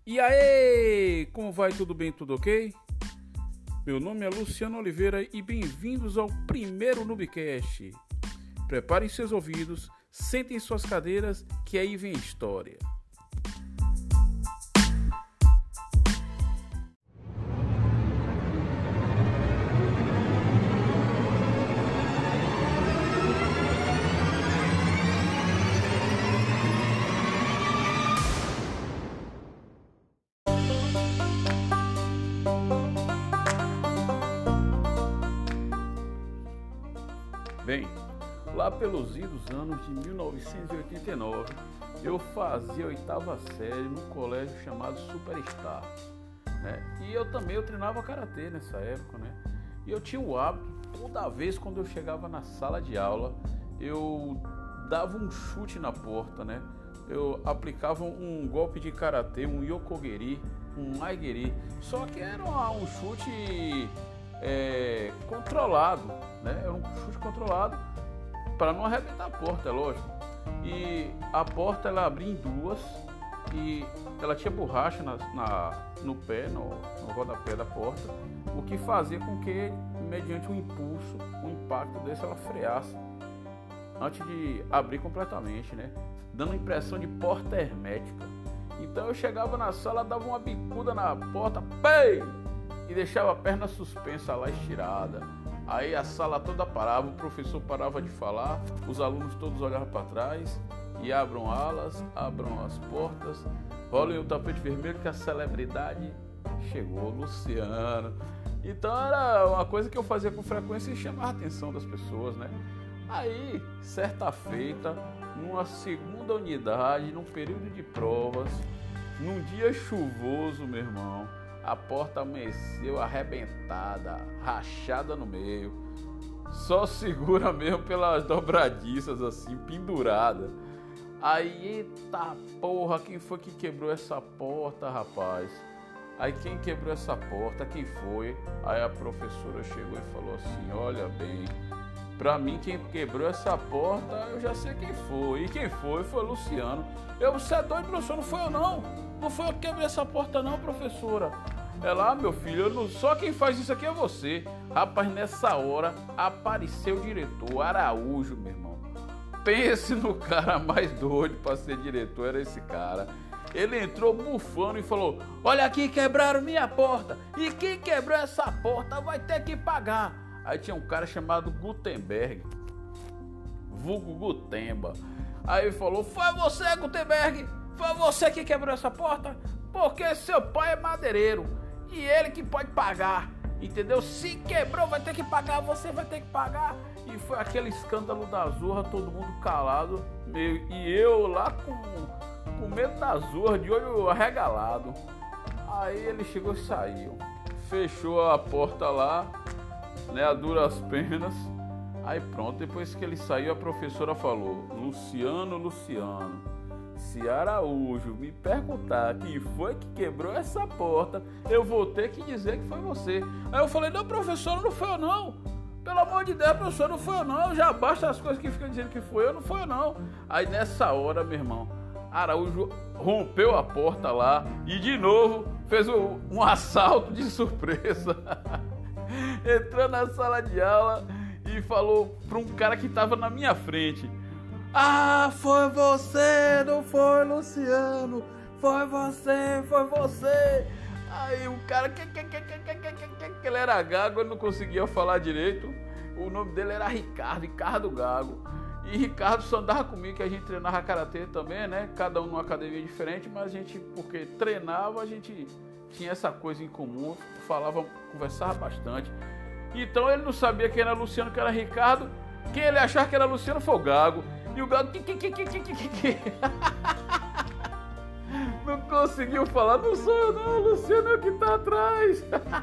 E aí, como vai? Tudo bem? Tudo ok? Meu nome é Luciano Oliveira e bem-vindos ao primeiro Nubcast. Preparem seus ouvidos, sentem suas cadeiras, que aí vem a história. Bem, lá pelos idos anos de 1989, eu fazia a 8ª série num colégio chamado Superstar, né? E eu treinava karatê nessa época, né? E eu tinha o hábito, toda vez quando eu chegava na sala de aula, eu dava um chute na porta, né? Eu aplicava um golpe de karatê, um yokogeri, um aigeri, só que era um chute controlado, né? Era um chute controlado para não arrebentar a porta, é lógico. E a porta ela abria em duas e ela tinha borracha no pé, no rodapé da porta, o que fazia com que, mediante um impulso, um impacto desse, ela freasse antes de abrir completamente, né? Dando a impressão de porta hermética. Então eu chegava na sala, dava uma bicuda na porta, pei! E deixava a perna suspensa lá, estirada. Aí a sala toda parava, o professor parava de falar, os alunos todos olhavam para trás e abram alas, abram as portas, rolem o tapete vermelho que a celebridade chegou, Luciano. Então era uma coisa que eu fazia com frequência e chamava a atenção das pessoas, né? Aí, certa feita, numa segunda unidade, num período de provas, num dia chuvoso, meu irmão, a porta amanheceu arrebentada, rachada no meio, só segura mesmo pelas dobradiças assim, pendurada. Aí, eita porra, quem foi que quebrou essa porta, rapaz? Aí quem quebrou essa porta, quem foi? Aí a professora chegou e falou assim, olha bem, pra mim quem quebrou essa porta, eu já sei quem foi. E quem foi? Foi o Luciano. Você é doido, professor? Não foi eu não. Não foi eu que quebrei essa porta não, professora. Ela, meu filho, só quem faz isso aqui é você. Rapaz, nessa hora apareceu o diretor, Araújo, meu irmão. Pense no cara mais doido para ser diretor, era esse cara. Ele entrou bufando e falou, olha aqui, quebraram minha porta. E quem quebrou essa porta vai ter que pagar. Aí tinha um cara chamado Gutenberg, vulgo Gutemba. Aí ele falou, foi você, Gutenberg? Foi você que quebrou essa porta? Porque seu pai é madeireiro e ele que pode pagar, entendeu? Se quebrou vai ter que pagar, você vai ter que pagar. E foi aquele escândalo da Zorra, todo mundo calado, e eu lá com medo da Zorra, de olho arregalado. Aí ele chegou e saiu, fechou a porta lá, né, a duras penas. Aí pronto, depois que ele saiu, a professora falou, Luciano, se Araújo me perguntar quem foi que quebrou essa porta, eu vou ter que dizer que foi você. Aí eu falei, não, professor, não foi eu não. Pelo amor de Deus, professor, não foi eu não. Já basta as coisas que ficam dizendo que foi eu, não foi eu não. Aí nessa hora, meu irmão, Araújo rompeu a porta lá e de novo fez um assalto de surpresa. Entrou na sala de aula e falou para um cara que estava na minha frente, ah, foi você, não foi, Luciano, foi você. Aí o cara, que ele era gago, ele não conseguia falar direito, o nome dele era Ricardo Gago. E Ricardo só andava comigo, que a gente treinava karatê também, né? Cada um numa academia diferente, mas a gente, porque treinava, a gente tinha essa coisa em comum, conversava bastante. Então ele não sabia quem era Luciano, que era Ricardo. Quem ele achava que era Luciano foi o Gago. E o Gago não conseguiu falar, não sou eu não, o Luciano é o que tá atrás.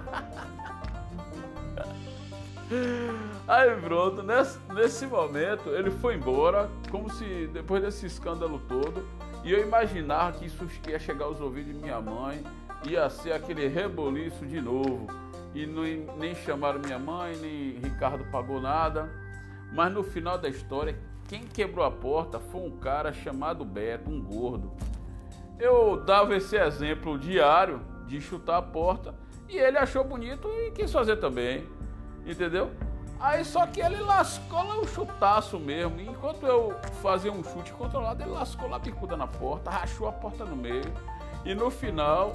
Aí pronto, nesse momento ele foi embora, como se depois desse escândalo todo, e eu imaginava que isso ia chegar aos ouvidos de minha mãe, ia ser aquele reboliço de novo, e nem chamaram minha mãe, nem Ricardo pagou nada. Mas no final da história, quem quebrou a porta foi um cara chamado Beto, um gordo. eu dava esse exemplo diário de chutar a porta e ele achou bonito e quis fazer também, entendeu? Aí só que ele lascou lá um chutaço mesmo. E enquanto eu fazia um chute controlado, ele lascou lá a bicuda na porta, rachou a porta no meio. E no final,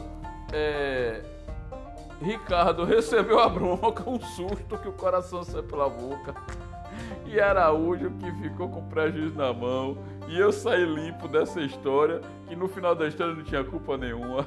Ricardo recebeu a bronca, um susto que o coração saiu pela boca. E Araújo que ficou com prejuízo na mão. E eu saí limpo dessa história, que no final da história não tinha culpa nenhuma.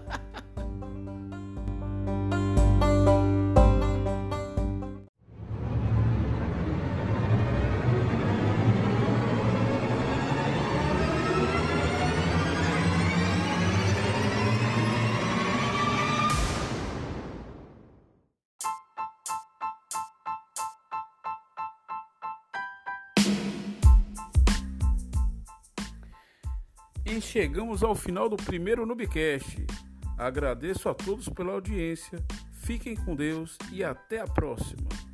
E chegamos ao final do primeiro Nubcast. Agradeço a todos pela audiência, fiquem com Deus e até a próxima.